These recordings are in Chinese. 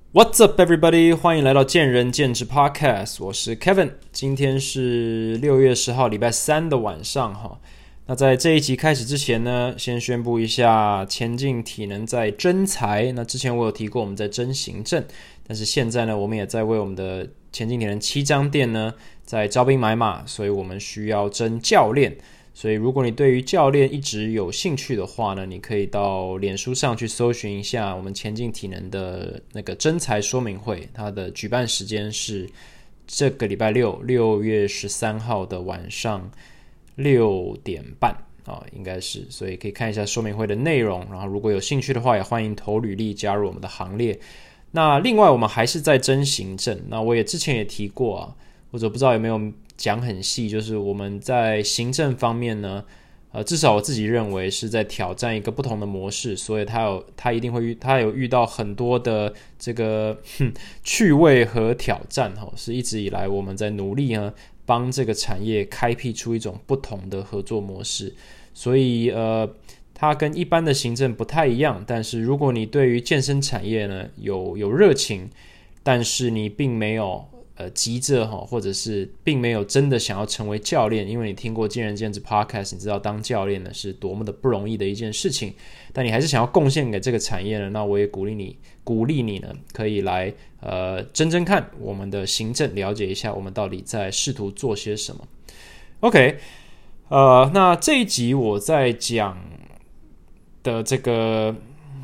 What's up, everybody？ 欢迎来到见仁见智 Podcast， 我是 Kevin。今天是6月10号，礼拜三的晚上哈。那在这一集开始之前呢，先宣布一下前进体能在征才。那之前我有提过我们在征行政，但是现在呢，我们也在为我们的前进体能7张店呢在招兵买马，所以我们需要征教练。所以如果你对于教练一直有兴趣的话呢，你可以到脸书上去搜寻一下我们前进体能的那个征才说明会，它的举办时间是这个礼拜六6月13号的晚上6点半应该是，所以可以看一下说明会的内容，然后如果有兴趣的话也欢迎投履历加入我们的行列。那另外我们还是在征行政，那我也之前也提过或者不知道有没有讲很细，就是我们在行政方面呢，至少我自己认为是在挑战一个不同的模式，所以他一定会他有遇到很多的这个趣味和挑战是一直以来我们在努力呢帮这个产业开辟出一种不同的合作模式，所以它跟一般的行政不太一样，但是如果你对于健身产业呢有热情，但是你并没有急着或者是并没有真的想要成为教练，因为你听过见仁见智 Podcast， 你知道当教练呢是多么的不容易的一件事情，但你还是想要贡献给这个产业呢，那我也鼓励你呢可以来争看我们的行政，了解一下我们到底在试图做些什么。 OK， 那这一集我在讲的这个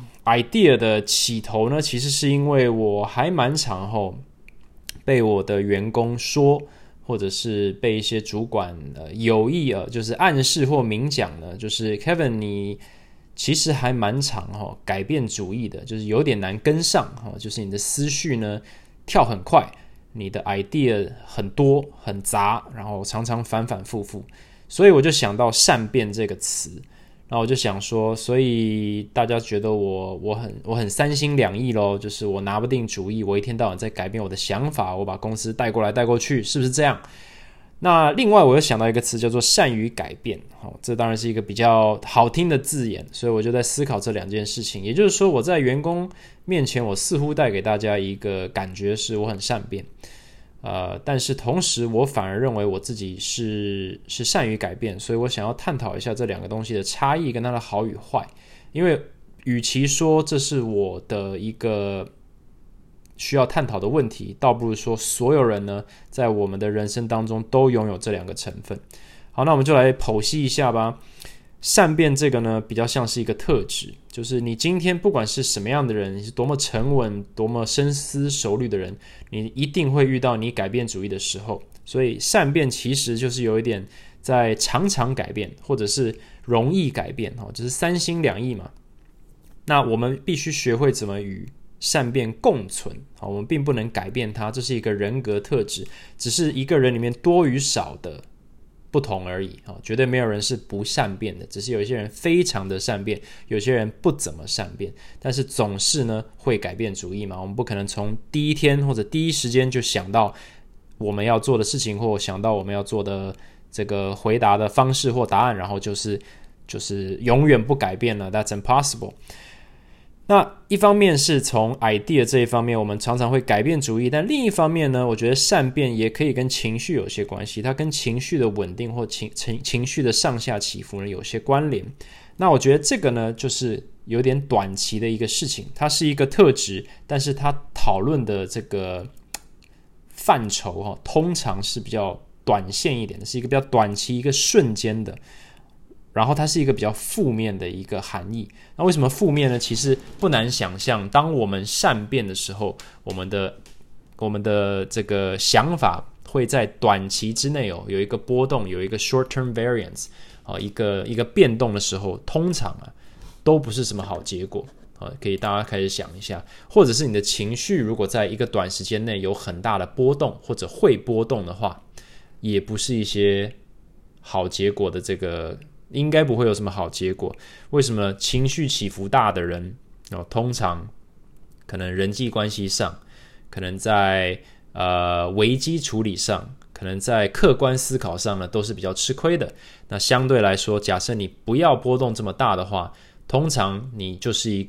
idea 的起头呢，其实是因为我还蛮常被我的员工说，或者是被一些主管有意就是暗示或明讲呢，就是 Kevin 你其实还蛮常改变主意的，就是有点难跟上就是你的思绪呢跳很快，你的 idea 很多很杂，然后常常反反复复，所以我就想到善变这个词，然后我就想说，所以大家觉得我很三心两意咯，就是我拿不定主意，我一天到晚在改变我的想法，我把公司带过来带过去，是不是这样？那另外我又想到一个词叫做善于改变，这当然是一个比较好听的字眼，所以我就在思考这两件事情。也就是说，我在员工面前，我似乎带给大家一个感觉是我很善变，但是同时我反而认为我自己是善于改变，所以我想要探讨一下这两个东西的差异跟它的好与坏。因为与其说这是我的一个需要探讨的问题，倒不如说所有人呢在我们的人生当中都拥有这两个成分。好，那我们就来剖析一下吧。善变这个呢比较像是一个特质，就是你今天不管是什么样的人，你是多么沉稳多么深思熟虑的人，你一定会遇到你改变主意的时候。所以善变其实就是有一点在常常改变，或者是容易改变，就是三心两意嘛。那我们必须学会怎么与善变共存，我们并不能改变它，这是一个人格特质，只是一个人里面多与少的不同而已，绝对没有人是不善变的，只是有一些人非常的善变，有些人不怎么善变，但是总是呢会改变主意嘛。我们不可能从第一天或者第一時間就想到我们要做的事情，或想到我们要做的这个回答的方式或答案，然后就是永远不改变了， That's impossible。那一方面是从 idea 这一方面我们常常会改变主意，但另一方面呢，我觉得善变也可以跟情绪有些关系，它跟情绪的稳定或情绪的上下起伏呢有些关联。那我觉得这个呢就是有点短期的一个事情，它是一个特质，但是它讨论的这个范畴通常是比较短线一点的，是一个比较短期一个瞬间的，然后它是一个比较负面的一个含义。那为什么负面呢？其实不难想象，当我们善变的时候，我们的这个想法会在短期之内有一个波动，有一个 short-term variance，一个变动的时候，通常都不是什么好结果。可以大家开始想一下，或者是你的情绪如果在一个短时间内有很大的波动，或者会波动的话，也不是一些好结果的，这个应该不会有什么好结果。为什么？情绪起伏大的人通常可能人际关系上，可能在危机处理上，可能在客观思考上呢都是比较吃亏的。那相对来说，假设你不要波动这么大的话，通常你就是一个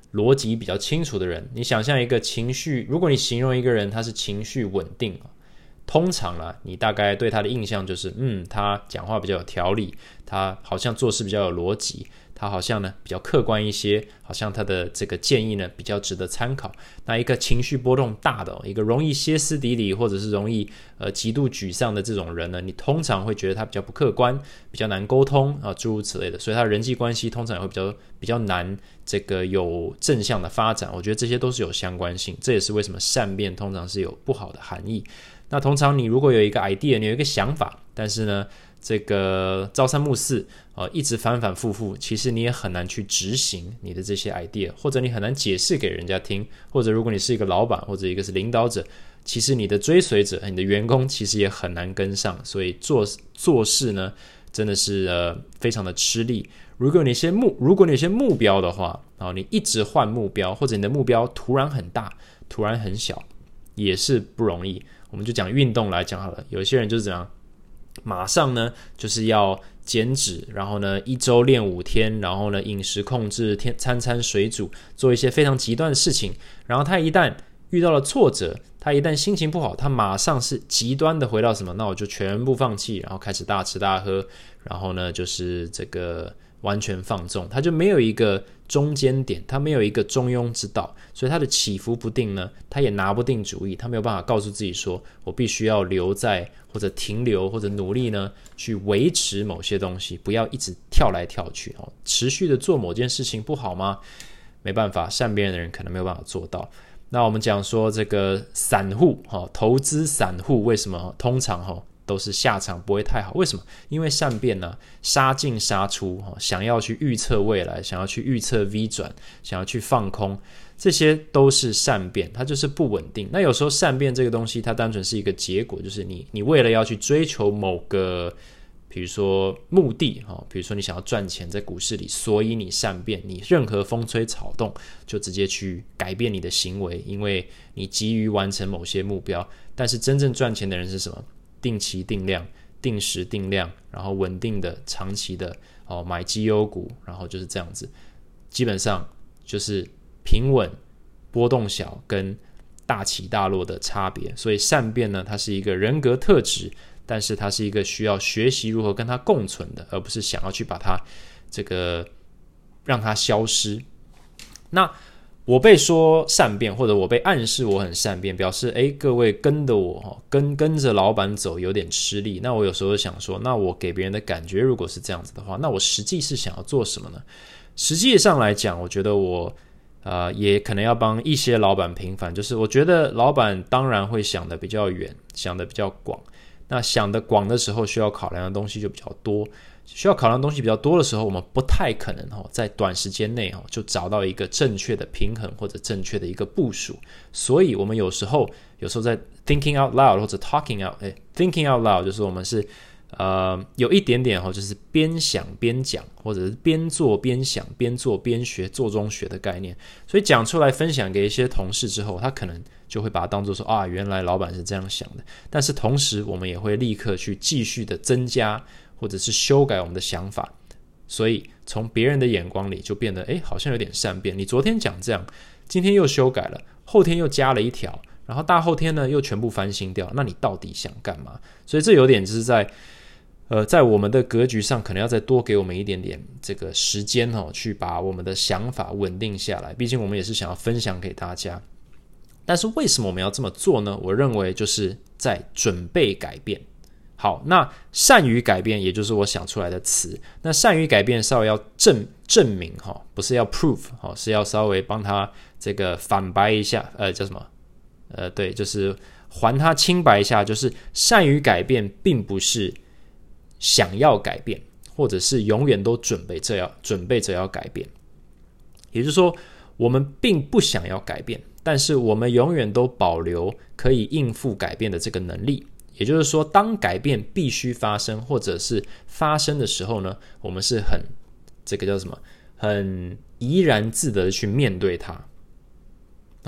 逻辑比较清楚的人。你想象一个情绪，如果你形容一个人他是情绪稳定，通常啦，你大概对他的印象就是他讲话比较有条理，他好像做事比较有逻辑，他好像呢比较客观一些，好像他的这个建议呢比较值得参考。那一个情绪波动大的，一个容易歇斯底里或者是容易极度沮丧的这种人呢，你通常会觉得他比较不客观，比较难沟通诸如此类的，所以他的人际关系通常也会比较难这个有正向的发展。我觉得这些都是有相关性，这也是为什么善变通常是有不好的含义。那通常你如果有一个 idea， 你有一个想法，但是呢这个朝三暮四一直反反复复，其实你也很难去执行你的这些 idea， 或者你很难解释给人家听，或者如果你是一个老板或者一个是领导者，其实你的追随者你的员工其实也很难跟上，所以做事呢真的是非常的吃力。如果你有些目标的话，你一直换目标，或者你的目标突然很大突然很小，也是不容易。我们就讲运动来讲好了，有些人就是怎样，马上呢就是要减脂，然后呢一周练5天，然后呢饮食控制，餐餐水煮，做一些非常极端的事情，然后他一旦遇到了挫折，他一旦心情不好，他马上是极端的回到什么，那我就全部放弃，然后开始大吃大喝，然后呢就是这个完全放纵，他就没有一个中间点，他没有一个中庸之道，所以他的起伏不定呢，他也拿不定主意，他没有办法告诉自己说我必须要留在或者停留或者努力呢去维持某些东西，不要一直跳来跳去持续的做某件事情不好吗？没办法，善变的人可能没有办法做到。那我们讲说这个散户投资散户为什么通常都是下场不会太好？为什么？因为善变呢，杀进杀出，想要去预测未来，想要去预测 V 转，想要去放空，这些都是善变，它就是不稳定。那有时候善变这个东西，它单纯是一个结果，就是你为了要去追求某个，比如说目的，比如说你想要赚钱在股市里，所以你善变，你任何风吹草动就直接去改变你的行为，因为你急于完成某些目标。但是真正赚钱的人是什么？定期定量，定时定量，然后稳定的长期的买绩优股，然后就是这样子，基本上就是平稳波动小跟大起大落的差别。所以善变呢，它是一个人格特质，但是它是一个需要学习如何跟它共存的，而不是想要去把它这个让它消失。那我被说善变，或者我被暗示我很善变，表示各位跟着我跟着老板走有点吃力。那我有时候想说，那我给别人的感觉如果是这样子的话，那我实际是想要做什么呢？实际上来讲，我觉得我也可能要帮一些老板平反，就是我觉得老板当然会想得比较远，想得比较广。那想得广的时候，需要考量的东西就比较多。需要考量的东西比较多的时候，我们不太可能在短时间内就找到一个正确的平衡或者正确的一个部署。所以我们有时候在 thinking out loud 或者 thinking out loud 就是我们是有一点点就是边想边讲，或者是边做边想，边做边学，做中学的概念。所以讲出来分享给一些同事之后，他可能就会把它当作说原来老板是这样想的。但是同时我们也会立刻去继续的增加或者是修改我们的想法，所以从别人的眼光里就变得好像有点善变。你昨天讲这样，今天又修改了，后天又加了一条，然后大后天呢又全部翻新掉，那你到底想干嘛？所以这有点就是在我们的格局上可能要再多给我们一点点这个时间去把我们的想法稳定下来，毕竟我们也是想要分享给大家。但是为什么我们要这么做呢？我认为就是在准备改变。好，那善于改变也就是我想出来的词。那善于改变稍微要证明不是要 prove 是要稍微帮他这个反白一下，叫什么？对，就是还他清白一下，就是善于改变并不是想要改变，或者是永远都准备着要改变。也就是说，我们并不想要改变，但是我们永远都保留可以应付改变的这个能力。也就是说，当改变必须发生，或者是发生的时候呢，我们是很怡然自得的去面对它。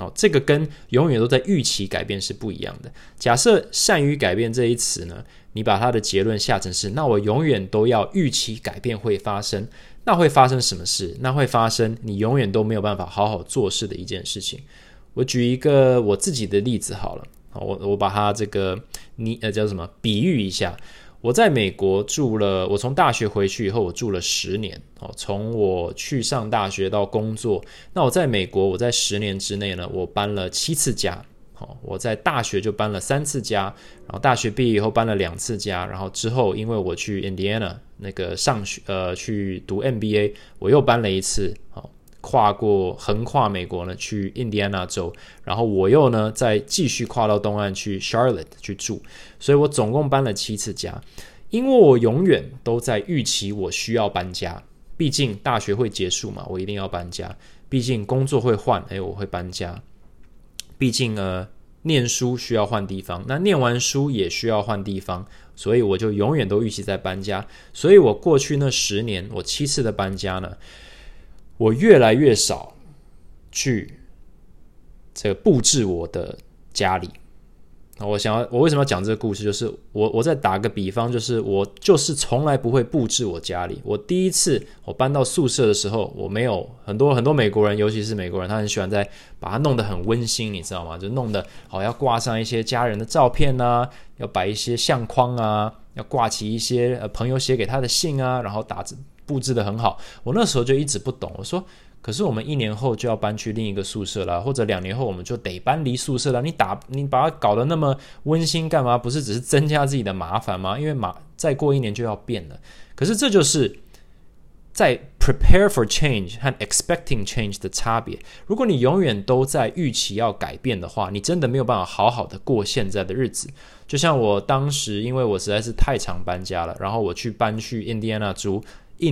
这个跟永远都在预期改变是不一样的。假设善于改变这一词呢，你把它的结论下成是，那我永远都要预期改变会发生，那会发生什么事？那会发生你永远都没有办法好好做事的一件事情。我举一个我自己的例子好了，我把它这个叫什么比喻一下。我在美国住了，我从大学回去以后，我住了10年。从我去上大学到工作，那我在美国，我在10年之内呢，我搬了7次家。我在大学就搬了3次家，然后大学毕业以后搬了2次家，然后之后因为我去 Indiana 那个上学去读 MBA， 我又搬了1次。横跨美国呢，去印第安纳州，然后我又呢再继续跨到东岸去 Charlotte 去住，所以我总共搬了7次家。因为我永远都在预期我需要搬家，毕竟大学会结束嘛，我一定要搬家；毕竟工作会换，我会搬家；毕竟念书需要换地方，那念完书也需要换地方，所以我就永远都预期在搬家。所以我过去那10年，我7次的搬家呢，我越来越少去这个布置我的家里。我为什么要讲这个故事，就是我再打个比方，就是我就是从来不会布置我家里。我第一次我搬到宿舍的时候，我没有很多美国人，尤其是美国人，他很喜欢把它弄得很温馨，你知道吗？就弄得要挂上一些家人的照片啊，要摆一些相框啊，要挂起一些朋友写给他的信啊，然后布置得很好。我那时候就一直不懂，我说可是我们1年后就要搬去另一个宿舍了，或者2年后我们就得搬离宿舍了，你把它搞得那么温馨干嘛？不是只是增加自己的麻烦吗？因为再过1年就要变了。可是这就是在 prepare for change 和 expecting change 的差别。如果你永远都在预期要改变的话，你真的没有办法好好的过现在的日子。就像我当时，因为我实在是太常搬家了，然后我搬去印第安纳州，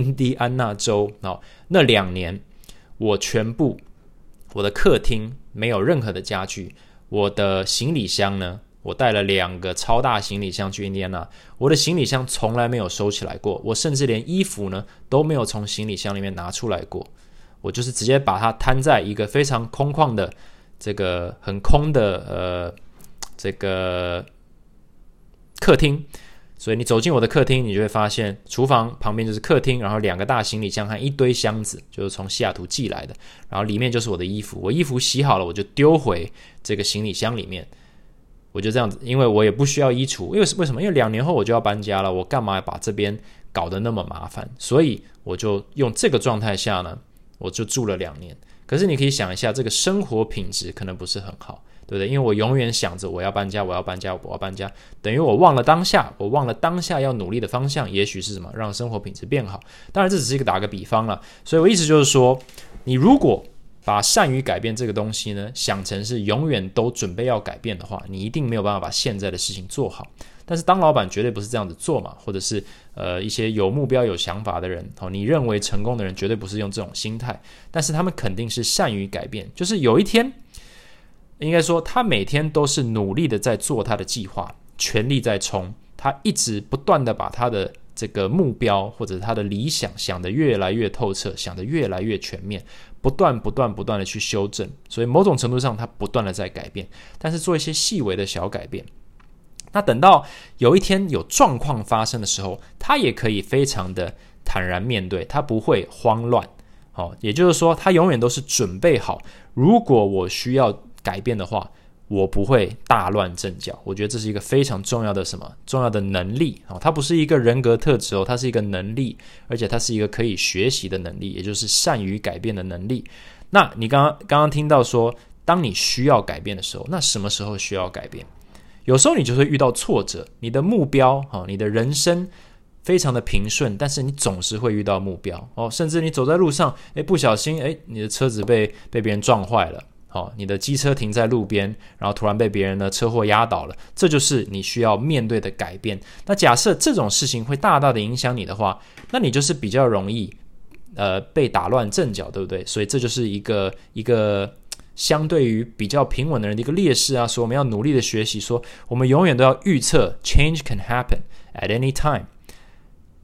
那2年我的客厅没有任何的家具，我的行李箱呢，我带了2个超大行李箱去印第安纳，我的行李箱从来没有收起来过，我甚至连衣服呢都没有从行李箱里面拿出来过，我就是直接把它摊在一个非常空旷的这个很空的这个客厅。所以你走进我的客厅，你就会发现厨房旁边就是客厅，然后2个大行李箱和一堆箱子，就是从西雅图寄来的，然后里面就是我的衣服，我衣服洗好了我就丢回这个行李箱里面。我就这样子，因为我也不需要衣橱，为什么？因为2年后我就要搬家了，我干嘛把这边搞得那么麻烦？所以我就用这个状态下呢，我就住了2年。可是你可以想一下，这个生活品质可能不是很好，对不对？因为我永远想着我要搬家，等于我忘了当下要努力的方向，也许是什么让生活品质变好。当然这只是打个比方了，所以我意思就是说，你如果把善于改变这个东西呢想成是永远都准备要改变的话，你一定没有办法把现在的事情做好。但是当老板绝对不是这样子做嘛，或者是一些有目标有想法的人，你认为成功的人绝对不是用这种心态，但是他们肯定是善于改变，就是有一天应该说他每天都是努力的在做他的计划，全力在冲，他一直不断的把他的这个目标或者他的理想想得越来越透彻，想得越来越全面，不断的去修正，所以某种程度上他不断的在改变，但是做一些细微的小改变。那等到有一天有状况发生的时候，他也可以非常的坦然面对，他不会慌乱。也就是说他永远都是准备好，如果我需要改变的话，我不会大乱阵脚。我觉得这是一个非常重要的重要的能力。它不是一个人格特质，它是一个能力，而且它是一个可以学习的能力，也就是善于改变的能力。那你刚刚听到说，当你需要改变的时候，那什么时候需要改变？有时候你就会遇到挫折，你的目标，你的人生非常的平顺，但是你总是会遇到目标，甚至你走在路上，不小心，你的车子被别人撞坏了，你的机车停在路边，然后突然被别人的车祸压倒了，这就是你需要面对的改变。那假设这种事情会大大的影响你的话，那你就是比较容易被打乱阵脚，对不对？所以这就是一个相对于比较平稳的人的一个劣势啊，所以我们要努力的学习，说我们永远都要预测 change can happen at any time。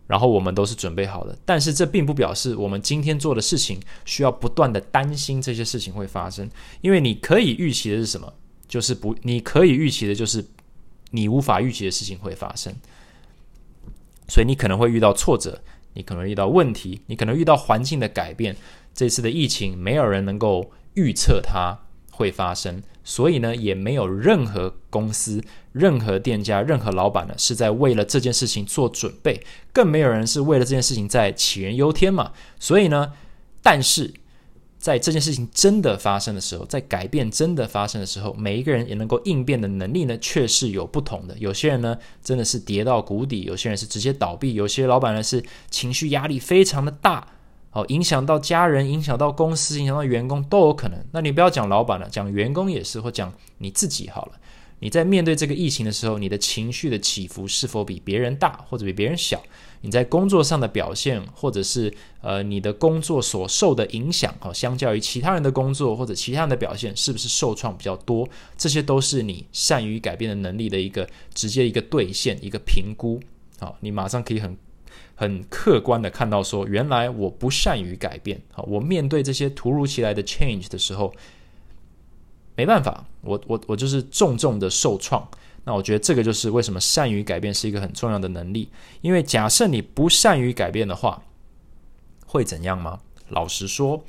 然后我们都是准备好的，但是这并不表示我们今天做的事情需要不断的担心这些事情会发生，因为你可以预期的是什么？你可以预期的就是你无法预期的事情会发生，所以你可能会遇到挫折，你可能会遇到问题，你可能遇到环境的改变。这次的疫情没有人能够预测它会发生，所以呢，也没有任何公司、任何店家、任何老板呢是在为了这件事情做准备，更没有人是为了这件事情在杞人忧天嘛。所以呢，但是在这件事情真的发生的时候，在改变真的发生的时候，每一个人也能够应变的能力呢，却是有不同的。有些人呢，真的是跌到谷底；有些人是直接倒闭；有些老板呢是情绪压力非常的大。影响到家人，影响到公司，影响到员工都有可能。那你不要讲老板了，讲员工也是，或讲你自己好了。你在面对这个疫情的时候，你的情绪的起伏是否比别人大，或者比别人小？你在工作上的表现，或者是你的工作所受的影响，相较于其他人的工作或者其他人的表现，是不是受创比较多？这些都是你善于改变的能力的一个直接一个兑现，一个评估。你马上可以很客观的看到说，原来我不善于改变。我面对这些突如其来的 change 的时候，没办法，我就是重重的受创。那我觉得这个就是为什么善于改变是一个很重要的能力。因为假设你不善于改变的话，会怎样吗？老实说，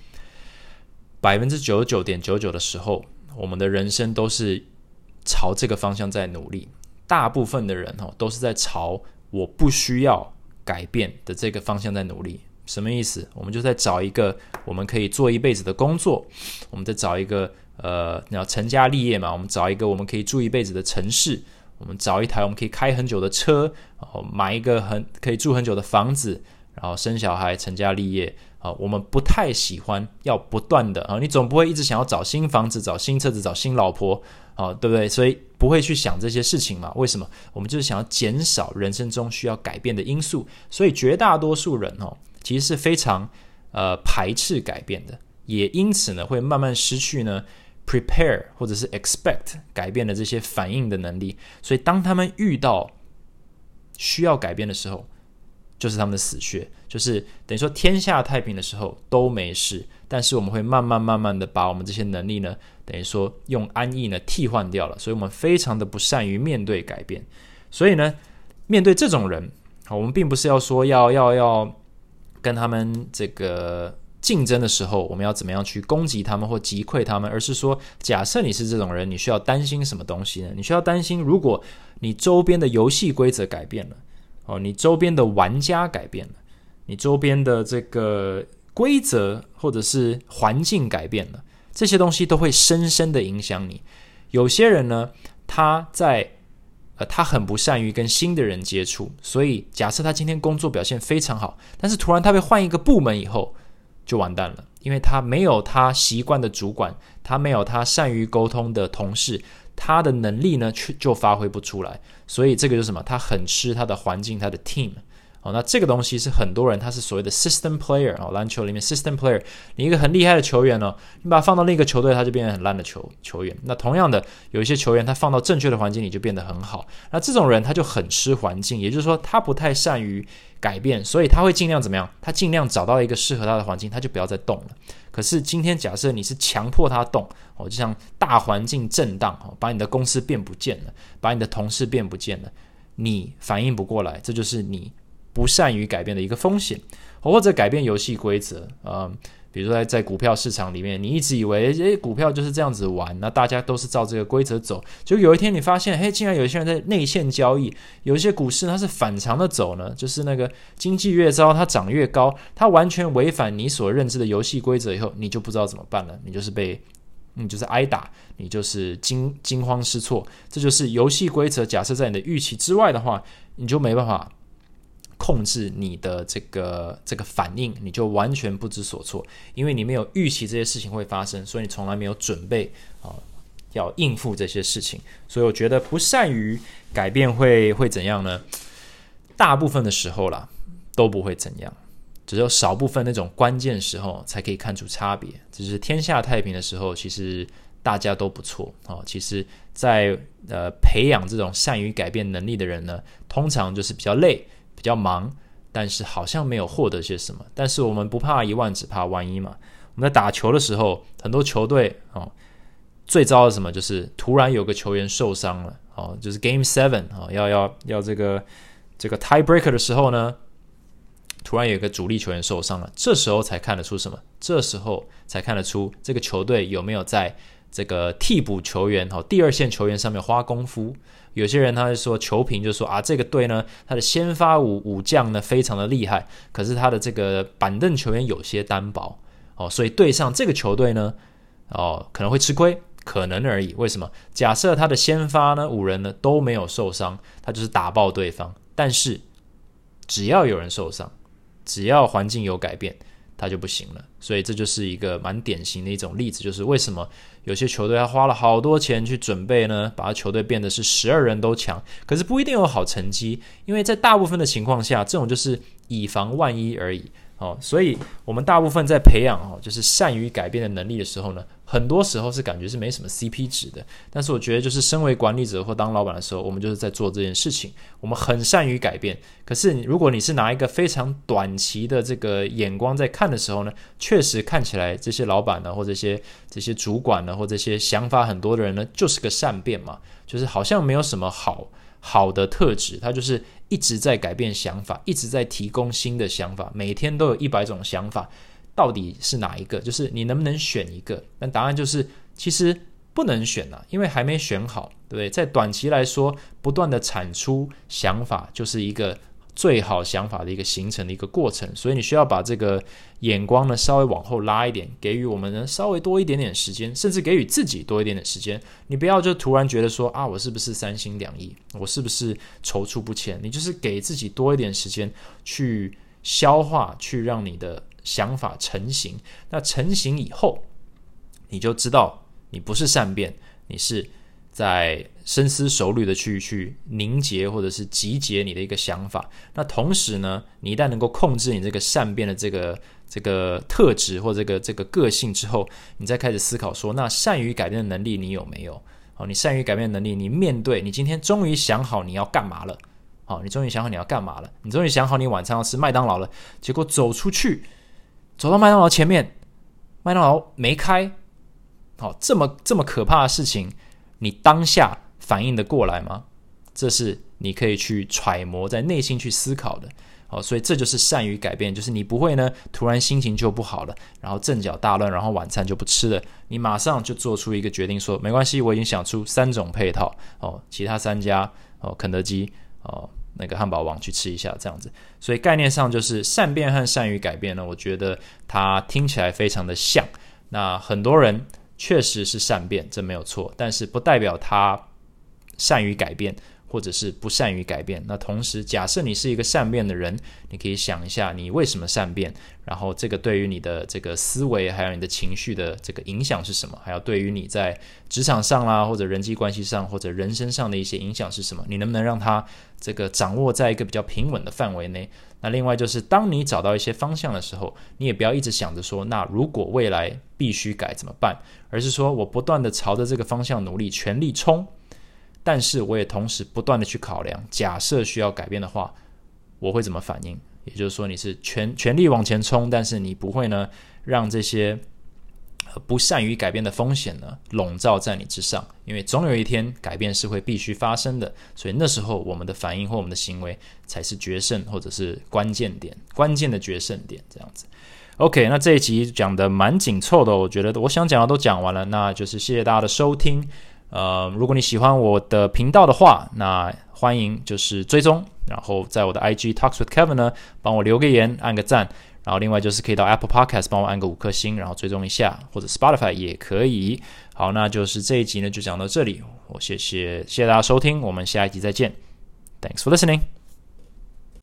99.99% 的时候，我们的人生都是朝这个方向在努力。大部分的人都是在朝我不需要改变的这个方向在努力。什么意思？我们就在找一个我们可以做一辈子的工作，我们在找一个你要成家立业嘛，我们找一个我们可以住一辈子的城市，我们找一台我们可以开很久的车，然后买一个可以住很久的房子，然后生小孩成家立业。我们不太喜欢要不断的你总不会一直想要找新房子、找新车子、找新老婆对不对？所以不会去想这些事情嘛。为什么？我们就是想要减少人生中需要改变的因素。所以绝大多数人其实是非常排斥改变的，也因此呢会慢慢失去呢 prepare 或者是 expect 改变的这些反应的能力。所以当他们遇到需要改变的时候，就是他们的死穴，就是等于说天下太平的时候都没事，但是我们会慢慢的把我们这些能力呢，等于说用安逸呢替换掉了。所以我们非常的不善于面对改变。所以呢，面对这种人，我们并不是要说要跟他们这个竞争的时候，我们要怎么样去攻击他们或击溃他们，而是说，假设你是这种人，你需要担心什么东西呢？你需要担心，如果你周边的游戏规则改变了，你周边的玩家改变了，你周边的这个规则或者是环境改变了，这些东西都会深深的影响你。有些人呢，他很不善于跟新的人接触，所以假设他今天工作表现非常好，但是突然他被换一个部门以后，就完蛋了，因为他没有他习惯的主管，他没有他善于沟通的同事，他的能力呢就发挥不出来。所以这个就是什么？他很吃他的环境，他的 team。那这个东西是很多人他是所谓的 system player。篮球里面 system player， 你一个很厉害的球员你把他放到另一个球队，他就变成很烂的球员。那同样的，有一些球员他放到正确的环境里就变得很好。那这种人他就很吃环境，也就是说他不太善于改变，所以他会尽量怎么样？他尽量找到一个适合他的环境，他就不要再动了。可是今天假设你是强迫他动，就像大环境震荡，把你的公司变不见了，把你的同事变不见了，你反应不过来，这就是你不善于改变的一个风险。或者改变游戏规则，比如说在股票市场里面，你一直以为股票就是这样子玩，那大家都是照这个规则走，就有一天你发现竟然有一些人在内线交易，有一些股市它是反常的走呢，就是那个经济越糟它涨越高，它完全违反你所认知的游戏规则以后，你就不知道怎么办了，你就是挨打，你就是惊慌失措。这就是游戏规则假设在你的预期之外的话，你就没办法控制你的这个反应，你就完全不知所措，因为你没有预期这些事情会发生，所以你从来没有准备要应付这些事情。所以我觉得不善于改变会怎样呢？大部分的时候啦都不会怎样，只有少部分那种关键时候才可以看出差别。只是天下太平的时候，其实大家都不错。其实在培养这种善于改变能力的人呢，通常就是比较累，比较忙， 但是好像没有获得些什么。但是我们不怕一万，只怕万一嘛。我们在打球的时候，很多球队最糟的是什么？就是突然有个球员受伤了就是 Game 7要这个 tiebreaker 的时候呢，突然有一个主力球员受伤了，这时候才看得出什么？这时候才看得出这个球队有没有在这个替补球员第二线球员上面花功夫。有些人他会说，球评就说这个队呢，他的先发武将呢非常的厉害，可是他的这个板凳球员有些单薄所以对上这个球队呢可能会吃亏，可能而已。为什么？假设他的先发呢5人呢都没有受伤，他就是打爆对方。但是只要有人受伤，只要环境有改变，他就不行了。所以这就是一个蛮典型的一种例子，就是为什么有些球队他花了好多钱去准备呢，把球队变得是12人都强，可是不一定有好成绩，因为在大部分的情况下，这种就是以防万一而已所以我们大部分在培养就是善于改变的能力的时候呢，很多时候是感觉是没什么 CP 值的。但是我觉得就是身为管理者或当老板的时候，我们就是在做这件事情，我们很善于改变。可是如果你是拿一个非常短期的这个眼光在看的时候呢，确实看起来这些老板呢，或这些主管呢，或这些想法很多的人呢，就是个善变嘛，就是好像没有什么好的特质，他就是一直在改变想法，一直在提供新的想法，每天都有100种想法，到底是哪一个？就是你能不能选一个？但答案就是其实不能选因为还没选好，对不对？在短期来说，不断的产出想法就是一个最好想法的一个形成的一个过程，所以你需要把这个眼光呢稍微往后拉一点，给予我们呢稍微多一点点时间，甚至给予自己多一点点时间。你不要就突然觉得说我是不是3心2意，我是不是踌躇不前？你就是给自己多一点时间去消化，去让你的想法成型。那成型以后，你就知道你不是善变，你是在深思熟虑的去凝结或者是集结你的一个想法。那同时呢，你一旦能够控制你这个善变的这个特质或这个个性之后，你再开始思考说，那善于改变的能力你有没有？你善于改变的能力，你面对你今天终于想好你要干嘛了，你终于想好你要干嘛了，你终于想好你晚上要吃麦当劳了，结果走到麦当劳前面，麦当劳没开，这么可怕的事情，你当下反应得过来吗？这是你可以去揣摩，在内心去思考的。所以这就是善于改变，就是你不会呢突然心情就不好了，然后阵脚大乱，然后晚餐就不吃了，你马上就做出一个决定说，没关系，我已经想出3种配套其他3家肯德基那个汉堡王去吃一下这样子。所以概念上就是善变和善于改变呢，我觉得它听起来非常的像。那很多人确实是善变，这没有错，但是不代表他善于改变或者是不善于改变。那同时假设你是一个善变的人，你可以想一下你为什么善变，然后这个对于你的这个思维还有你的情绪的这个影响是什么，还有对于你在职场上啦或者人际关系上或者人生上的一些影响是什么，你能不能让它这个掌握在一个比较平稳的范围内。那另外就是当你找到一些方向的时候，你也不要一直想着说那如果未来必须改怎么办，而是说我不断的朝着这个方向努力，全力冲，但是我也同时不断的去考量，假设需要改变的话我会怎么反应。也就是说你是全力往前冲，但是你不会呢让这些不善于改变的风险呢笼罩在你之上，因为总有一天改变是会必须发生的，所以那时候我们的反应或我们的行为才是决胜或者是关键的决胜点这样子。OK， 那这一集讲的蛮紧凑的，我觉得我想讲的都讲完了，那就是谢谢大家的收听。如果你喜欢我的频道的话，那欢迎就是追踪，然后在我的 IG Talks with Kevin 呢帮我留个言按个赞，然后另外就是可以到 Apple Podcast 帮我按个5颗星，然后追踪一下，或者 Spotify 也可以。好，那就是这一集呢就讲到这里，我谢谢大家收听，我们下一集再见。Thanks for listening.